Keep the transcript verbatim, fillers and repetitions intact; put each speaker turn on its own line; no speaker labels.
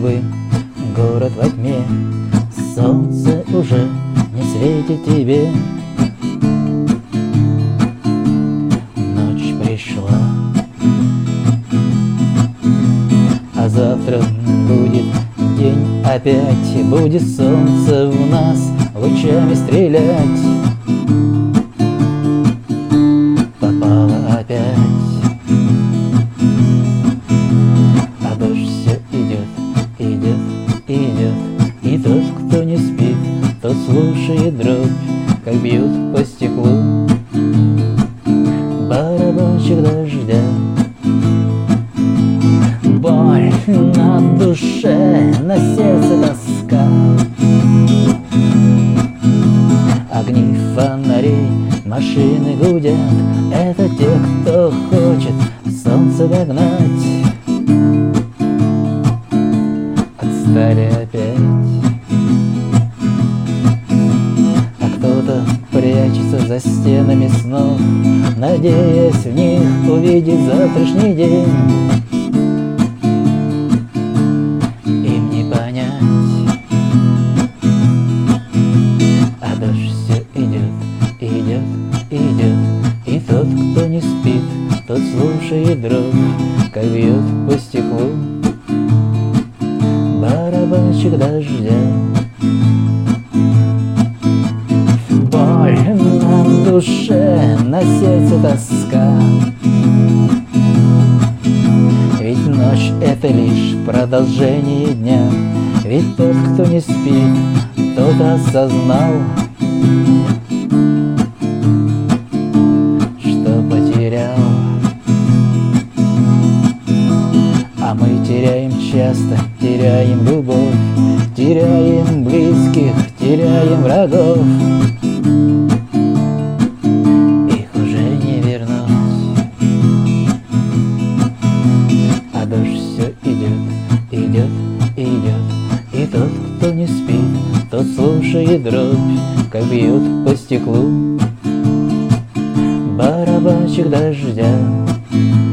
бы город во тьме, солнце уже не светит тебе. Ночь пришла, а завтра будет день опять. Будет солнце в нас лучами стрелять. Попало опять. А дождь все идет, идет, идет. И тот, кто не спит, тот слушает дробь, как бьют по стеклу барабанщик дождя. Боль на душе, на сердце тоска. Огни фонарей, машины гудят. Это те, кто хочет солнце догнать. Отстали опять. А кто-то прячется за стенами снов, надеясь в них увидеть завтрашний день. Им не понять. А дождь все идет, идет, идет. И тот, кто не спит, тот слушает дробь, как бьет по стеклу барабанщик дождя. Боль на душе, на сердце тоска. Ведь ночь — это лишь продолжение дня. Ведь тот, кто не спит, тот осознал, что потерял. А мы теряем часто, теряем любовь, теряем близких, теряем врагов. Их уже не вернуть. А дождь все идет, идет, идет. И тот, кто не спит, тот слушает дробь, как бьет по стеклу барабанщик дождя.